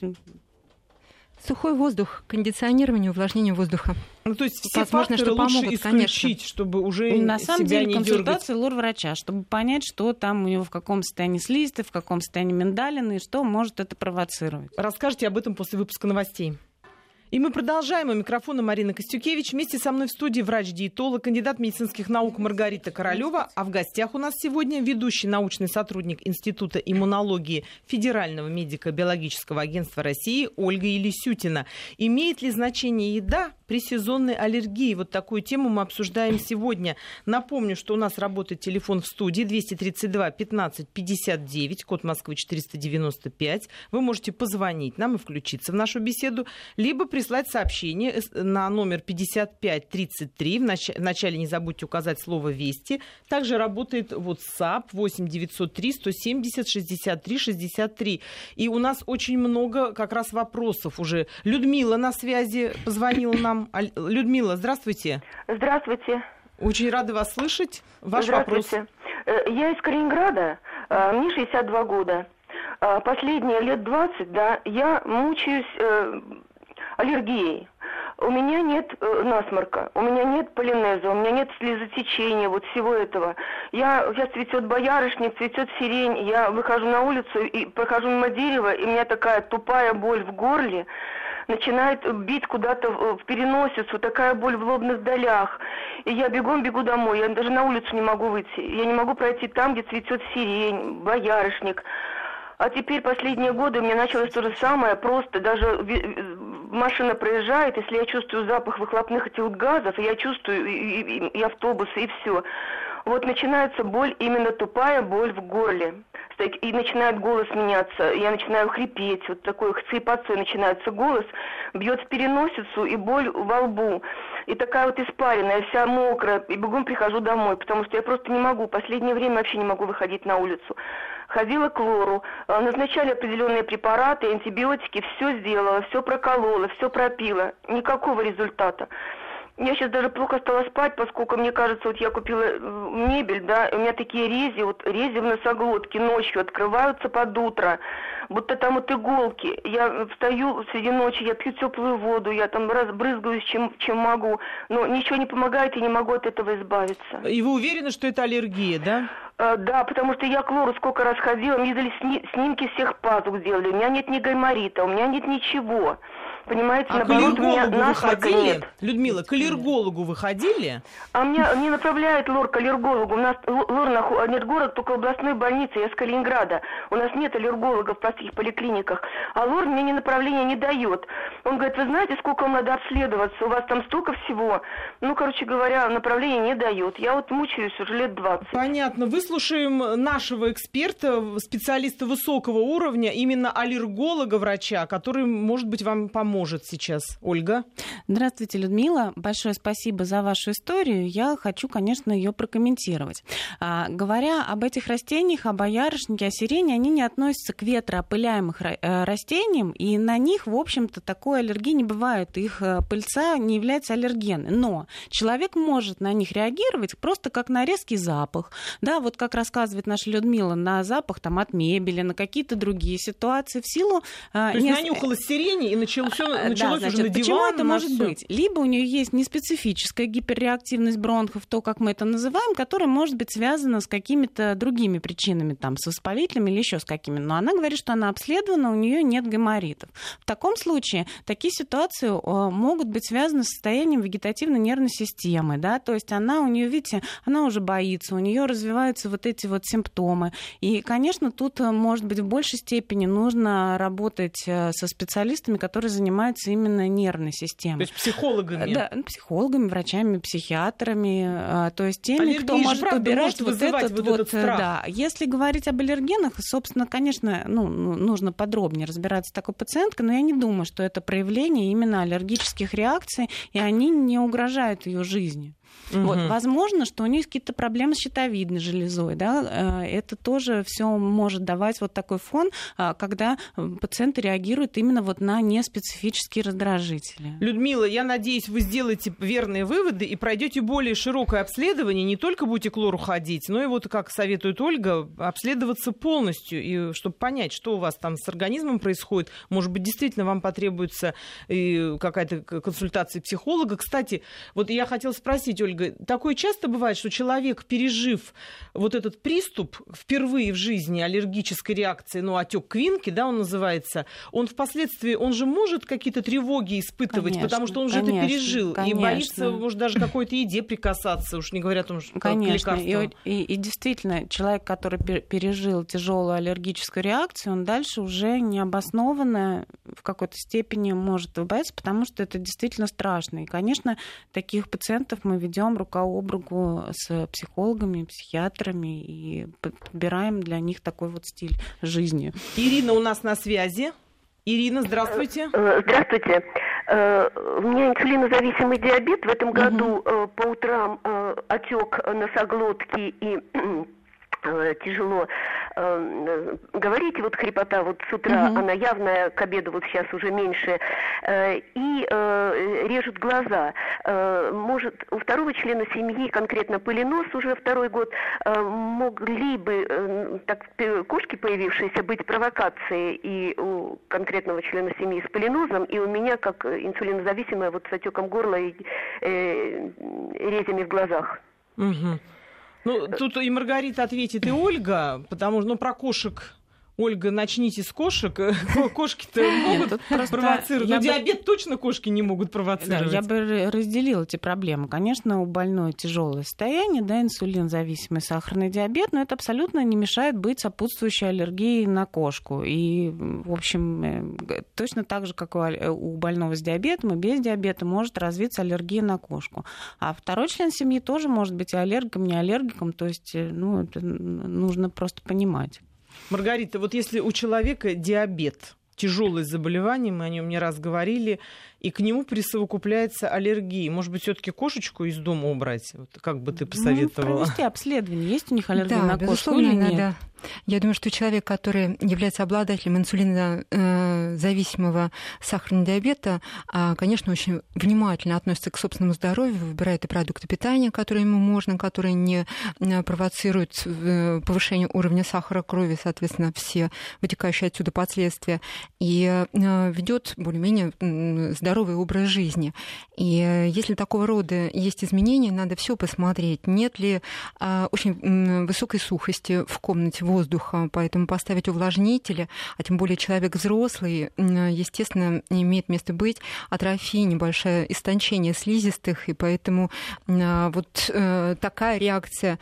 Speaker 2: Сухой воздух, кондиционирование, увлажнение воздуха.
Speaker 1: Ну, то есть все
Speaker 2: возможно,
Speaker 1: факторы
Speaker 2: что
Speaker 1: лучше
Speaker 2: помогут,
Speaker 1: исключить,
Speaker 2: конечно.
Speaker 1: чтобы уже
Speaker 3: на самом
Speaker 1: себя
Speaker 3: деле
Speaker 1: не
Speaker 3: консультация лор-врача, чтобы понять, что там у него в каком состоянии слизистой, в каком состоянии миндалины, и что может это провоцировать.
Speaker 1: Расскажите об этом после выпуска новостей. И мы продолжаем. У микрофона Марина Костюкевич. Вместе со мной в студии врач-диетолог, кандидат медицинских наук Маргарита Королева. А в гостях у нас сегодня ведущий научный сотрудник Института иммунологии Федерального медико-биологического агентства России Ольга Елисютина. Имеет ли значение еда при сезонной аллергии? Вот такую тему мы обсуждаем сегодня. Напомню, что у нас работает телефон в студии 232 15 59, код Москвы 495. Вы можете позвонить нам и включиться в нашу беседу, либо прислать сообщение на номер 5533. Вначале не забудьте указать слово «Вести». Также работает WhatsApp 8 903 170 63 63. И у нас очень много как раз вопросов уже. Людмила на связи позвонила нам. Людмила, здравствуйте.
Speaker 4: Здравствуйте.
Speaker 1: Очень рада вас слышать. Ваш
Speaker 4: Здравствуйте.
Speaker 1: вопрос.
Speaker 4: Я из Калининграда, мне 62 года. Последние лет 20, да, я мучаюсь аллергией. У меня нет насморка, у меня нет полинеза, у меня нет слезотечения, вот всего этого. Сейчас цветет боярышник, цветет сирень, я выхожу на улицу и прохожу мимо дерева, и у меня такая тупая боль в горле, начинает бить куда-то в переносицу, такая боль в лобных долях. И я бегом бегу домой, я даже на улицу не могу выйти. Я не могу пройти там, где цветет сирень, боярышник. А теперь последние годы у меня началось то же самое, просто даже машина проезжает, если я чувствую запах выхлопных этих газов, я чувствую и автобусы, и все. Вот начинается боль, именно тупая боль в горле. И начинает голос меняться, я начинаю хрипеть, вот такой хрипотцой начинается голос, бьет в переносицу и боль во лбу. И такая вот испаренная, вся мокрая, и бегом прихожу домой, потому что я просто не могу, в последнее время вообще не могу выходить на улицу. Ходила к лору, назначали определенные препараты, антибиотики, все сделала, все проколола, все пропила, никакого результата. Я сейчас даже плохо стала спать, поскольку, мне кажется, вот я купила мебель, да, и у меня такие рези в носоглотке ночью открываются под утро, будто там вот иголки. Я встаю среди ночи, я пью теплую воду, я там разбрызгаюсь, чем могу, но ничего не помогает, и не могу от этого избавиться.
Speaker 1: И вы уверены, что это аллергия, да?
Speaker 4: Да, потому что я к лору сколько раз ходила, мне дали снимки всех пазух сделали, у меня нет ни гайморита, у меня нет ничего. Понимаете,
Speaker 1: а
Speaker 4: наоборот, у меня насморка нет.
Speaker 1: Людмила, к аллергологу вы ходили?
Speaker 4: А меня не направляет лор к аллергологу. У нас аллерголог только в областной больнице, я с Калининграда. У нас нет аллергологов в простых поликлиниках. А лор мне направления не дает. Он говорит, вы знаете, сколько вам надо обследоваться? У вас там столько всего. Ну, короче говоря, направления не дает. Я вот мучаюсь уже лет 20.
Speaker 1: Понятно. Выслушаем нашего эксперта, специалиста высокого уровня, именно аллерголога, врача, который, может быть, вам поможет сейчас. Ольга.
Speaker 3: Здравствуйте, Людмила. Большое спасибо за вашу историю. Я хочу, конечно, ее прокомментировать. Говоря об этих растениях, о боярышнике, о сирене, они не относятся к ветроопыляемым растениям, и на них, в общем-то, такой аллергии не бывает. Их пыльца не является аллергенной. Но человек может на них реагировать просто как на резкий запах. Да, вот как рассказывает наша Людмила, на запах там, от мебели, на какие-то другие ситуации в силу...
Speaker 1: То есть нанюхалась сирени и началось
Speaker 3: значит,
Speaker 1: уже на диван.
Speaker 3: Почему это может
Speaker 1: всё.
Speaker 3: быть? Либо у нее есть неспецифическая гиперреактивность бронхов, то, как мы это называем, которая может быть связана с какими-то другими причинами, там, с воспалителями или еще с какими. Но она говорит, что она обследована, у нее нет гайморитов. В таком случае такие ситуации могут быть связаны с состоянием вегетативной нервной системы, да, то есть она у нее, видите, она уже боится, у нее развиваются вот эти вот симптомы. И, конечно, тут, может быть, в большей степени нужно работать со специалистами, которые занимаются занимаются именно нервной системой.
Speaker 1: То есть психологами?
Speaker 3: Да, психологами, врачами, психиатрами, то есть теми,
Speaker 1: аллергия
Speaker 3: кто может убирать
Speaker 1: этот страх.
Speaker 3: Да. Если говорить об аллергенах, собственно, конечно, нужно подробнее разбираться с такой пациенткой, но я не думаю, что это проявление именно аллергических реакций, и они не угрожают ее жизни. Вот, возможно, что у нее есть какие-то проблемы с щитовидной железой, да, это тоже все может давать вот такой фон, когда пациенты реагируют именно вот на неспецифические раздражители.
Speaker 1: Людмила, я надеюсь, вы сделаете верные выводы и пройдете более широкое обследование, не только будете к лору ходить, но и вот, как советует Ольга, обследоваться полностью, и чтобы понять, что у вас там с организмом происходит. Может быть, действительно вам потребуется какая-то консультация психолога. Кстати, вот я хотела спросить, Ольга, такое часто бывает, что человек, пережив вот этот приступ впервые в жизни аллергической реакции, отек Квинки, да, он называется, он впоследствии, он же может какие-то тревоги испытывать, конечно, потому что он уже это пережил, конечно. И боится, может, даже к какой-то еде прикасаться, уж не говоря о том, что
Speaker 3: конечно.
Speaker 1: К лекарствам.
Speaker 3: И действительно, человек, который пережил тяжелую аллергическую реакцию, он дальше уже необоснованно в какой-то степени может бояться, потому что это действительно страшно. И, конечно, таких пациентов мы ведем рука об руку с психологами, психиатрами и подбираем для них такой вот стиль жизни.
Speaker 1: Ирина у нас на связи. Ирина, здравствуйте.
Speaker 5: Здравствуйте. У меня инсулинозависимый диабет. В этом году по утрам отек носоглотки и тяжело говорить, вот хрипота вот с утра, она явная, к обеду вот сейчас уже меньше, и режут глаза. Может, у второго члена семьи, конкретно пыленос уже второй год, могли бы, так, кошки появившиеся, быть провокацией и у конкретного члена семьи с пыленозом, и у меня, как инсулинозависимая, вот с отеком горла и резями в глазах.
Speaker 1: Тут и Маргарита ответит, и Ольга, потому что, про кошек... Ольга, начните с кошек. Кошки-то могут провоцировать. Но диабет точно кошки не могут провоцировать.
Speaker 3: Да, я бы разделила эти проблемы. Конечно, у больной тяжелое состояние, да, инсулинозависимый сахарный диабет, но это абсолютно не мешает быть сопутствующей аллергией на кошку. И, в общем, точно так же, как у больного с диабетом и без диабета, может развиться аллергия на кошку. А второй член семьи тоже может быть и аллергиком, не аллергиком. То есть, это нужно просто понимать.
Speaker 1: Маргарита, вот если у человека диабет, тяжелое заболевание, мы о нем не раз говорили, и к нему присовокупляется аллергия, может быть, все-таки кошечку из дома убрать? Вот как бы ты посоветовала?
Speaker 3: Провести обследование. Есть у них аллергия на кошку или нет?
Speaker 2: Да. Я думаю, что человек, который является обладателем инсулинозависимого сахарного диабета, конечно, очень внимательно относится к собственному здоровью, выбирает и продукты питания, которые ему можно, которые не провоцируют повышение уровня сахара крови, соответственно, все вытекающие отсюда последствия, и ведет более-менее здоровый образ жизни. И если такого рода есть изменения, надо все посмотреть, нет ли очень высокой сухости в комнате воздуха, поэтому поставить увлажнители, а тем более человек взрослый, естественно, имеет место быть атрофия, небольшое истончение слизистых, и поэтому вот такая реакция,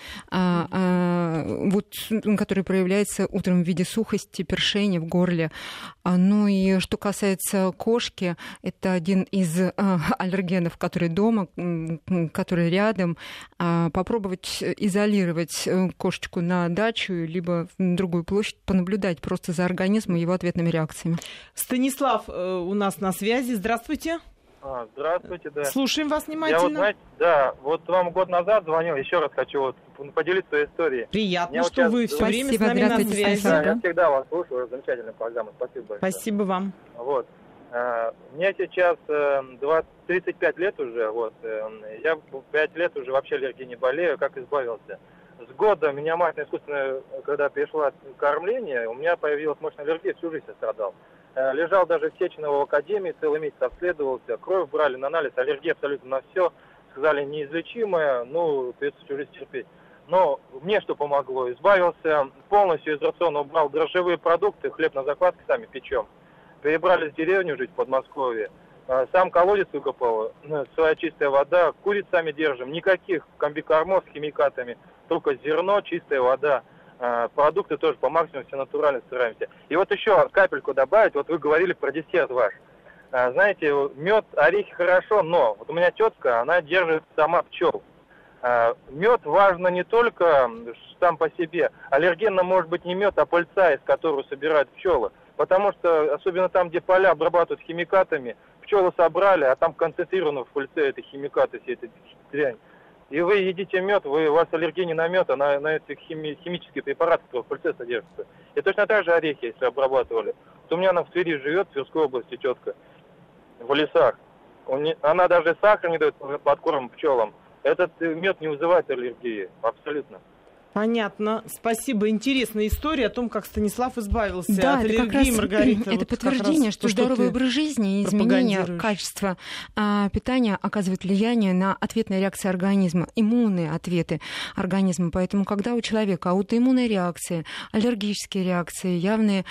Speaker 2: которая проявляется утром в виде сухости, першения в горле. Ну и что касается кошки, это один из аллергенов, который дома, который рядом. Попробовать изолировать кошечку на дачу, либо в другую площадь, понаблюдать просто за организмом и его ответными реакциями.
Speaker 1: Станислав у нас на связи. Здравствуйте.
Speaker 6: Здравствуйте, да.
Speaker 1: Слушаем вас внимательно.
Speaker 6: Вот вам год назад звонил, еще раз хочу поделиться своей историей.
Speaker 1: Приятно, что вы все время с нами на связи.
Speaker 6: Да, я всегда вас слушаю, замечательная программа, спасибо большое.
Speaker 1: Спасибо вам.
Speaker 6: Мне сейчас 35 лет уже, я 5 лет уже вообще аллергией не болею, как избавился. С года меня мать на искусственное, когда перешла кормление, у меня появилась мощная аллергия, всю жизнь я страдал. Лежал даже в Сеченово в академии, целый месяц обследовался, кровь брали на анализ, аллергия абсолютно на все. Сказали, неизлечимая, придется всю жизнь терпеть. Но мне что помогло? Избавился полностью из рациона, убрал дрожжевые продукты, хлеб на закваске сами печем. Перебрались в деревню жить в Подмосковье. Сам колодец выкопал, своя чистая вода, куриц сами держим, никаких комбикормов с химикатами, только зерно, чистая вода. Продукты тоже по максимуму все натурально стараемся. И вот еще капельку добавить, вот вы говорили про десерт ваш. Знаете, мед, орехи хорошо, но вот у меня тетка, она держит сама пчел. Мед важно не только сам по себе. Аллергенно может быть не мед, а пыльца, из которого собирают пчелы. Потому что, особенно там, где поля обрабатывают химикатами, пчелы собрали, а там концентрировано в пыльце эти химикаты, все эти дрянь. И вы едите мед, у вас аллергия не на мед, а на эти химические препараты, которые в пыльце содержатся. И точно так же орехи, если обрабатывали. Вот у меня она в Твери живет, в Тверской области тетка, в лесах. Она даже сахар не дает под корм пчелам. Этот мед не вызывает аллергии, абсолютно.
Speaker 1: Понятно. Спасибо. Интересная история о том, как Станислав избавился от аллергии, Маргарита.
Speaker 2: Это подтверждение, что здоровый образ жизни и изменение качества питания оказывает влияние на ответные реакции организма, иммунные ответы организма. Поэтому, когда у человека аутоиммунная реакция, аллергические реакции, явные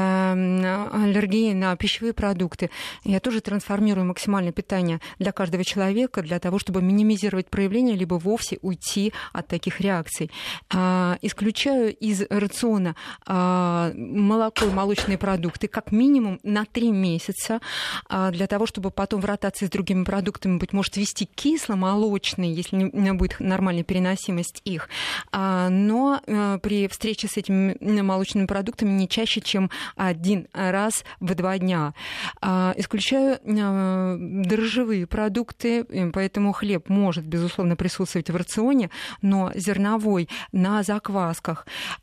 Speaker 2: аллергии на пищевые продукты, я тоже трансформирую максимальное питание для каждого человека для того, чтобы минимизировать проявление, либо вовсе уйти от таких реакций. Исключаю из рациона молоко и молочные продукты как минимум на 3 месяца, для того, чтобы потом в ротации с другими продуктами, быть может, вести кисломолочные, если не будет нормальной переносимость их. Но при встрече с этими молочными продуктами не чаще, чем 1 раз в 2 дня. Исключаю дрожжевые продукты, поэтому хлеб может, безусловно, присутствовать в рационе, но зерновой на заквасках.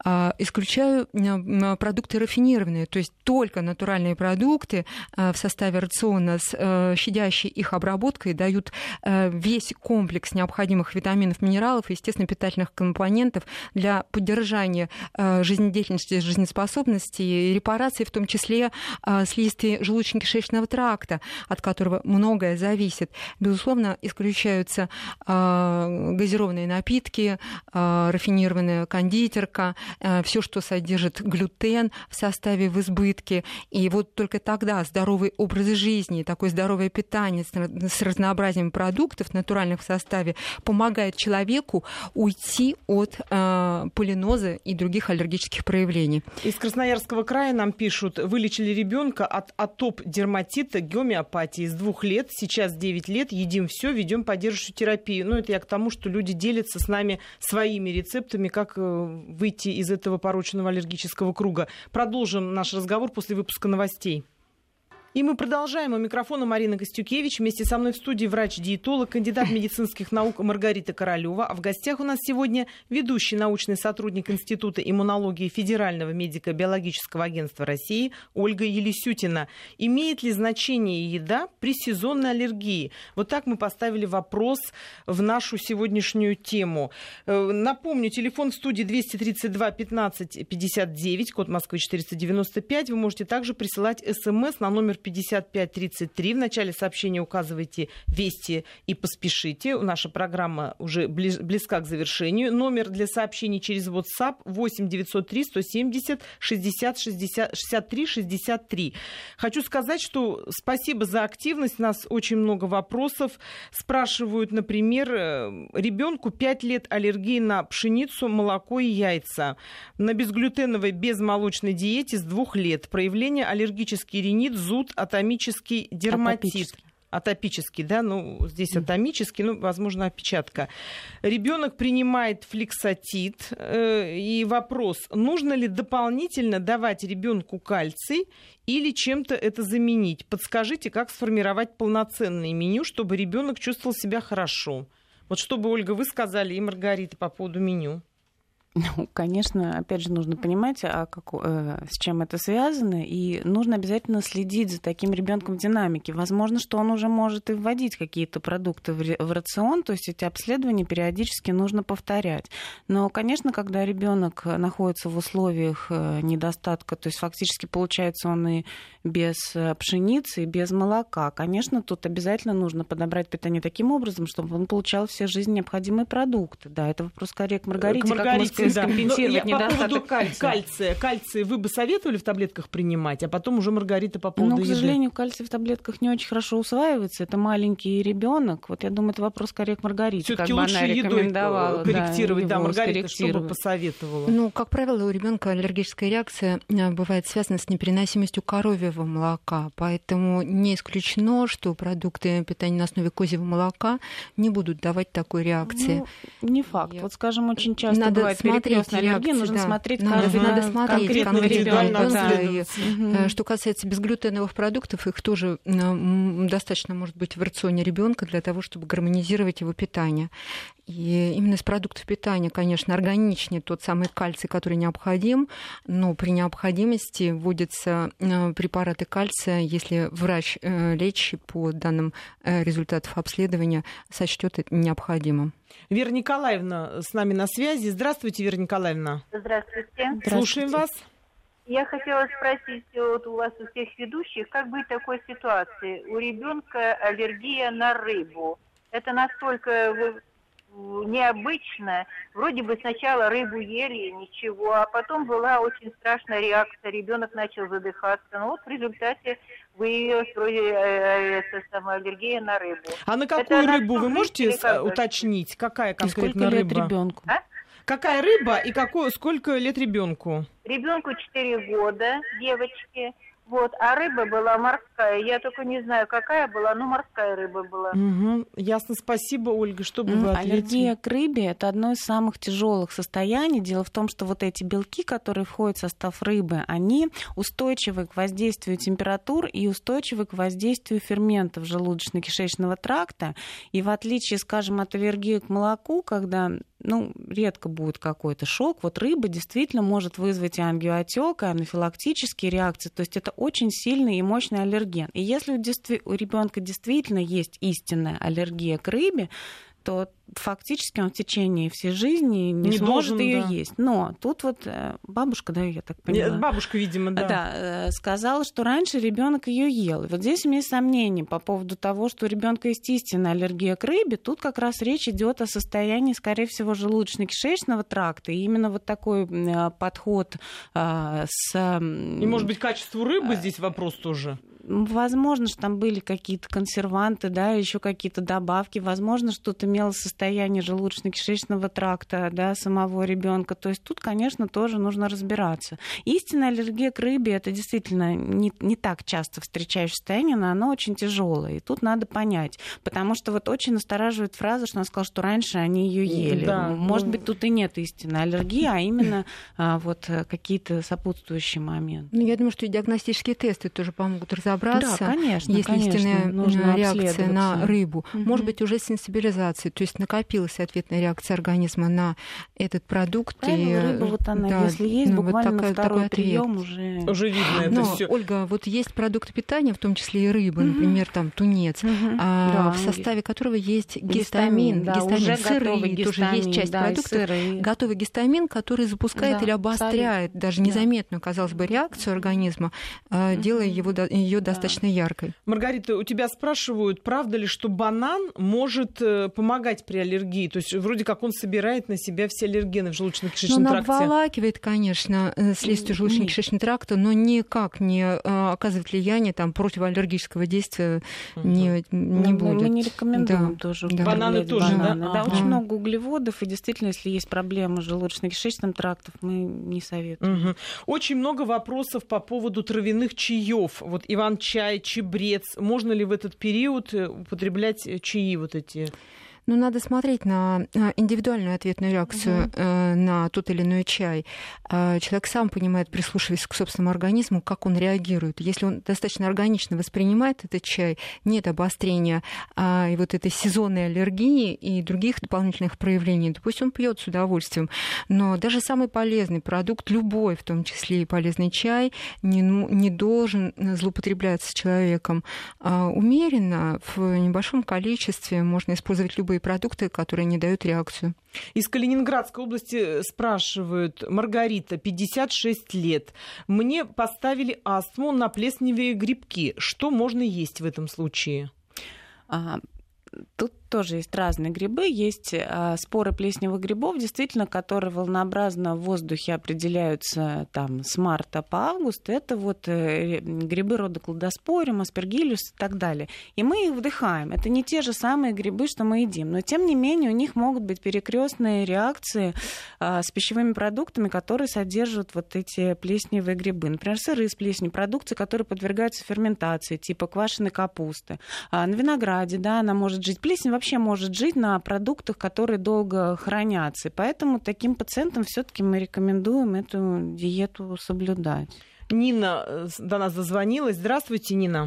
Speaker 2: Исключаю продукты рафинированные, то есть только натуральные продукты в составе рациона с щадящей их обработкой дают весь комплекс необходимых витаминов, минералов и, естественно, питательных компонентов для поддержания жизнедеятельности, жизнеспособности и репарации, в том числе слизистой желудочно-кишечного тракта, от которого многое зависит. Безусловно, исключаются газированные напитки, рафинированные кондитерка, все, что содержит глютен в составе в избытке. И вот только тогда здоровый образ жизни, такое здоровое питание с разнообразием продуктов натуральных в составе помогает человеку уйти от полиноза и других аллергических проявлений.
Speaker 1: Из Красноярского края нам пишут: вылечили ребенка от атоп-дерматита гомеопатии с 2 лет, сейчас 9 лет, едим все, ведем поддерживающую терапию. Ну, это я к тому, что люди делятся с нами своими рецептами, как выйти из этого порочного аллергического круга. Продолжим наш разговор после выпуска новостей. И мы продолжаем. У микрофона Марина Костюкевич. Вместе со мной в студии врач-диетолог, кандидат медицинских наук Маргарита Королева. А в гостях у нас сегодня ведущий научный сотрудник Института иммунологии Федерального медико-биологического агентства России Ольга Елисютина. Имеет ли значение еда при сезонной аллергии? Вот так мы поставили вопрос в нашу сегодняшнюю тему. Напомню, телефон в студии 232 15 59, код Москвы 495. Вы можете также присылать СМС на номер 5533. В начале сообщения указывайте «Вести» и поспешите. Наша программа уже близка к завершению. Номер для сообщений через WhatsApp 8 903 170 60 63 63. Хочу сказать, что спасибо за активность. У нас очень много вопросов. Спрашивают, например, ребенку 5 лет аллергии на пшеницу, молоко и яйца. На безглютеновой безмолочной диете с 2 лет. Проявление аллергический ринит, зуд, атомический дерматит. Атопический, да, ну, здесь атомический, ну, возможно, опечатка. Ребенок принимает фликсатид. И вопрос, нужно ли дополнительно давать ребенку кальций или чем-то это заменить? Подскажите, как сформировать полноценное меню, чтобы ребенок чувствовал себя хорошо? Вот что бы, Ольга, вы сказали и Маргарита по поводу меню?
Speaker 3: Ну, конечно, опять же, нужно понимать, с чем это связано, и нужно обязательно следить за таким ребенком в динамике. Возможно, что он уже может и вводить какие-то продукты в рацион, то есть эти обследования периодически нужно повторять. Но, конечно, когда ребенок находится в условиях недостатка, то есть фактически получается он и без пшеницы, и без молока, конечно, тут обязательно нужно подобрать питание таким образом, чтобы он получал все жизненно необходимые продукты. Да, это вопрос скорее к Маргарите. компенсировать недостаток
Speaker 1: кальция. Кальций вы бы советовали в таблетках принимать, а потом уже, Маргарита, по поводу
Speaker 3: еды? К сожалению, кальций в таблетках не очень хорошо усваивается. Это маленький ребенок. Вот я думаю, это вопрос скорее к Маргарите.
Speaker 1: Всё-таки лучше едой корректировать. Да, Маргарита, что бы посоветовала?
Speaker 2: Ну, как правило, у ребенка аллергическая реакция бывает связана с непереносимостью коровьего молока. Поэтому не исключено, что продукты питания на основе козьего молока не будут давать такой реакции.
Speaker 3: Ну, не факт. Вот, скажем, очень часто бывает перекрестная аллергия. Нужно смотреть
Speaker 2: конкретного ребенка. Что касается безглютеновых продуктов, их тоже достаточно может быть в рационе ребенка для того, чтобы гармонизировать его питание. И именно из продуктов питания, конечно, органичнее тот самый кальций, который необходим, но при необходимости вводятся препараты кальция, если врач лечащий по данным результатов обследования сочтет это необходимым.
Speaker 1: Вера Николаевна с нами на связи. Здравствуйте, Вера Николаевна.
Speaker 7: Здравствуйте.
Speaker 1: Слушаем вас.
Speaker 7: Я хотела спросить вот у вас, у всех ведущих, как быть в такой ситуации? У ребенка аллергия на рыбу. Это настолько необычно. Вроде бы сначала рыбу ели, ничего, а потом была очень страшная реакция. Ребенок начал задыхаться. Ну вот в результате выявилась вроде аллергия на рыбу.
Speaker 1: А на какую рыбу вы можете уточнить? Какая конкретно рыба?
Speaker 3: Сколько лет ребенку?
Speaker 1: Какая рыба и сколько лет ребенку?
Speaker 7: Ребенку 4 года, девочке. Вот, а рыба была морская. Я только не знаю, какая была, но морская рыба была.
Speaker 1: Угу. Ясно, спасибо, Ольга. Что бы вы ответили?
Speaker 3: Аллергия к рыбе – это одно из самых тяжелых состояний. Дело в том, что вот эти белки, которые входят в состав рыбы, они устойчивы к воздействию температур и устойчивы к воздействию ферментов желудочно-кишечного тракта. И в отличие, скажем, от аллергии к молоку, когда редко будет какой-то шок. Вот рыба действительно может вызвать и ангиоотек, и анафилактические реакции. То есть это очень сильный и мощный аллерген. И если у ребенка действительно есть истинная аллергия к рыбе, то фактически он в течение всей жизни не сможет ее есть. Но тут вот бабушка, да, я так поняла.
Speaker 1: Бабушка, видимо, да.
Speaker 3: Да, сказала, что раньше ребенок ее ел. И вот здесь у меня есть сомнения по поводу того, что у ребенка есть истинная аллергия к рыбе. Тут как раз речь идет о состоянии, скорее всего, желудочно-кишечного тракта. И именно вот такой подход с...
Speaker 1: И, может быть, качеству рыбы здесь вопрос тоже?
Speaker 3: Возможно, что там были какие-то консерванты, да, еще какие-то добавки. Возможно, что-то имело состояние желудочно-кишечного тракта, да, самого ребенка. То есть тут, конечно, тоже нужно разбираться. Истинная аллергия к рыбе — это действительно не так часто встречающееся состояние, но оно очень тяжелое. И тут надо понять. Потому что вот очень настораживает фраза, что она сказала, что раньше они ее ели.
Speaker 1: Да,
Speaker 3: может быть, тут и нет истинной аллергии, а именно вот какие-то сопутствующие моменты.
Speaker 2: Я думаю, что и диагностические тесты тоже помогут разобраться.
Speaker 3: Да, конечно,
Speaker 2: если истинная реакция на рыбу.
Speaker 3: Угу.
Speaker 2: Может быть, уже сенсибилизация, то есть накопилась ответная реакция организма на этот продукт.
Speaker 3: Рыба, вот она, да, если есть, буквально вот на второй прием уже
Speaker 1: видно это все.
Speaker 2: Ольга, вот есть продукты питания, в том числе и рыба, например, там тунец, в составе которого есть гистамин. Сыры, тоже есть часть продуктов. Готовый гистамин, который запускает или обостряет даже незаметную, казалось бы, реакцию организма, делая ее достаточно яркой.
Speaker 1: Маргарита, у тебя спрашивают, правда ли, что банан может помогать при аллергии? То есть вроде как он собирает на себя все аллергены в желудочно-кишечном тракте.
Speaker 2: Он обволакивает, конечно, следствие желудочно-кишечного тракта, но никак не оказывает влияние там, противоаллергического действия не будет.
Speaker 3: Мы не рекомендуем тоже.
Speaker 1: Бананы тоже,
Speaker 3: да? Очень много углеводов, и действительно, если есть проблемы с желудочно-кишечным трактом, мы не советуем.
Speaker 1: Очень много вопросов по поводу травяных чаев. Вот иван-чай, чабрец. Можно ли в этот период употреблять чаи вот эти?
Speaker 2: Надо смотреть на индивидуальную ответную реакцию на тот или иной чай. Человек сам понимает, прислушиваясь к собственному организму, как он реагирует. Если он достаточно органично воспринимает этот чай, нет обострения и вот этой сезонной аллергии и других дополнительных проявлений, то пусть он пьет с удовольствием. Но даже самый полезный продукт, любой, в том числе и полезный чай, не должен злоупотребляться человеком. Умеренно, в небольшом количестве можно использовать любые продукты, которые не дают реакцию.
Speaker 1: Из Калининградской области спрашивают: Маргарита, 56 лет. Мне поставили астму на плесневые грибки. Что можно есть в этом случае?
Speaker 3: Тут тоже есть разные грибы. Есть споры плесневых грибов, действительно, которые волнообразно в воздухе определяются там, с марта по август. Это вот грибы рода Cladiosporium, Aspergillus и так далее. И мы их вдыхаем. Это не те же самые грибы, что мы едим. Но, тем не менее, у них могут быть перекрестные реакции с пищевыми продуктами, которые содержат вот эти плесневые грибы. Например, сыры с плесенью, продукции, которые подвергаются ферментации, типа квашеной капусты. На винограде, да, она может жить. Плесень вообще может жить на продуктах, которые долго хранятся. И поэтому таким пациентам все-таки мы рекомендуем эту диету соблюдать.
Speaker 1: Нина до нас дозвонилась. Здравствуйте, Нина.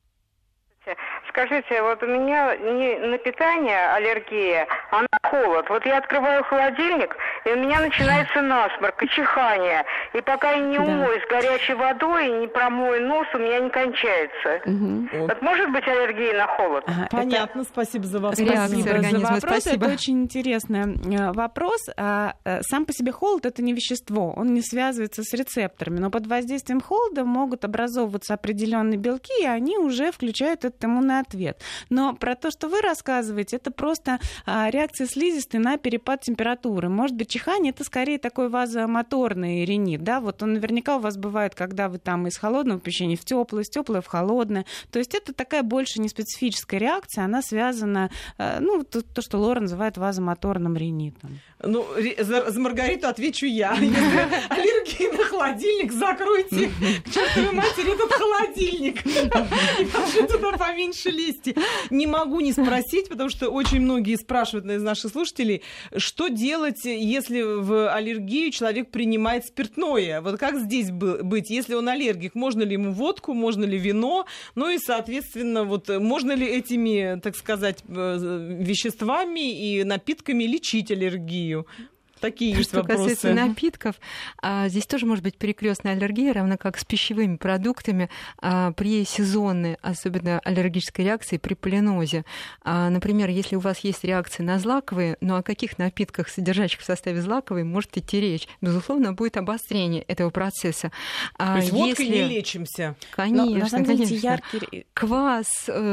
Speaker 8: Скажите, вот у меня не на питание аллергия, а на холод. Вот я открываю холодильник, и у меня начинается насморк и чихание. И пока я не умоюсь горячей водой и не промою нос, у меня не кончается. Вот может быть аллергия на холод?
Speaker 1: Понятно, спасибо за вопрос.
Speaker 3: Спасибо за вопрос. Это очень интересный вопрос. Сам по себе холод — это не вещество, он не связывается с рецепторами, но под воздействием холода могут образовываться определенные белки, и они уже включают этот иммунный ответ. Но про то, что вы рассказываете, это просто реакция слизистой на перепад температуры. Может быть, чихание — это скорее такой вазомоторный ринит. Да? Вот он наверняка у вас бывает, когда вы там из холодного помещения в теплое, из теплое в холодное. То есть это такая больше неспецифическая реакция, она связана, то, что Лора называет вазомоторным ринитом.
Speaker 1: Ну, за Маргариту отвечу я. Если аллергия на холодильник, закройте к чертовой матери этот холодильник. И вообще туда поменьше лезьте. Не могу не спросить, потому что очень многие спрашивают из наших слушателей, что делать, если в аллергию человек принимает спиртное? Вот как здесь быть? Если он аллергик, можно ли ему водку, можно ли вино? Ну и, соответственно, вот можно ли этими, так сказать, веществами и напитками лечить аллергию? Такие есть вопросы.
Speaker 2: Что касается напитков, здесь тоже может быть перекрестная аллергия, равно как с пищевыми продуктами при сезонной, особенно аллергической реакции, при полинозе. Например, если у вас есть реакция на злаковые, но о каких напитках, содержащих в составе злаковые, может идти речь? Безусловно, будет обострение этого процесса.
Speaker 1: То есть водкой не лечимся?
Speaker 2: Конечно, конечно. Квас,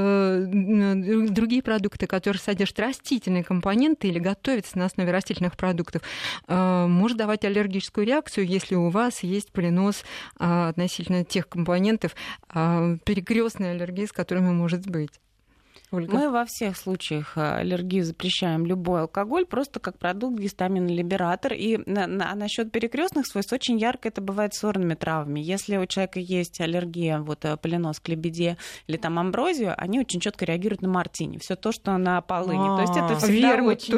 Speaker 2: другие продукты, которые содержат растительные компоненты или готовятся на основе растительных продуктов, может давать аллергическую реакцию, если у вас есть полиноз относительно тех компонентов, перекрестной аллергии, с которыми может быть. Ольга?
Speaker 3: Мы во всех случаях аллергии запрещаем любой алкоголь, просто как продукт гистаминолибератор. И насчет перекрестных свойств очень ярко это бывает с сорными травами. Если у человека есть аллергия, вот полиноз к лебеде или там амброзию, они очень четко реагируют на мартини. Все то, что на полыни. То есть это всегда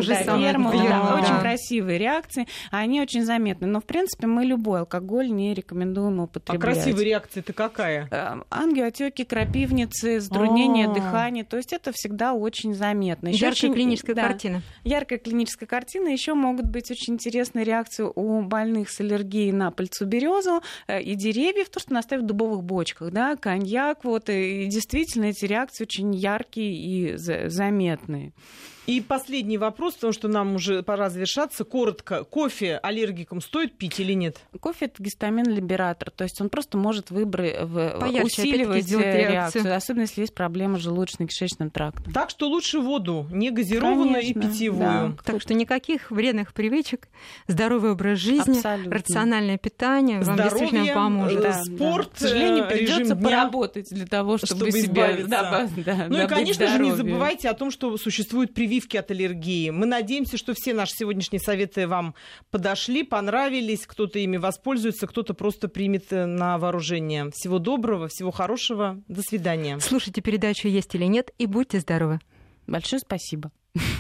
Speaker 3: очень красивые реакции, они очень заметны. Но в принципе мы любой алкоголь не рекомендуем употреблять.
Speaker 1: А красивая реакция-то какая?
Speaker 3: Ангиотеки, крапивницы, затруднение дыхания. То есть это всегда очень заметно.
Speaker 2: Яркая клиническая картина.
Speaker 3: Яркая клиническая картина. Еще могут быть очень интересные реакции у больных с аллергией на пыльцу-березу и деревьев, то, что наставят в дубовых бочках, да, коньяк. Вот, и действительно эти реакции очень яркие и заметные.
Speaker 1: И последний вопрос, потому что нам уже пора завершаться. Коротко, кофе аллергикам стоит пить или нет?
Speaker 3: Кофе — это гистаминолибератор, то есть он просто может усиливать реакцию, особенно если есть проблемы с желудочно-кишечным трактом.
Speaker 1: Так что лучше воду, не газированную, конечно, и питьевую. Да.
Speaker 2: Так что никаких вредных привычек, здоровый образ жизни, абсолютно, рациональное питание вам действительно поможет.
Speaker 1: Спорт,
Speaker 3: к сожалению, придется поработать для того, чтобы себя избавиться.
Speaker 1: Ну и, конечно же, не забывайте о том, что существует прививки от аллергии. Мы надеемся, что все наши сегодняшние советы вам подошли, понравились, кто-то ими воспользуется, кто-то просто примет на вооружение. Всего доброго, всего хорошего. До свидания.
Speaker 2: Слушайте передачу «Есть или нет» и будьте здоровы.
Speaker 3: Большое спасибо.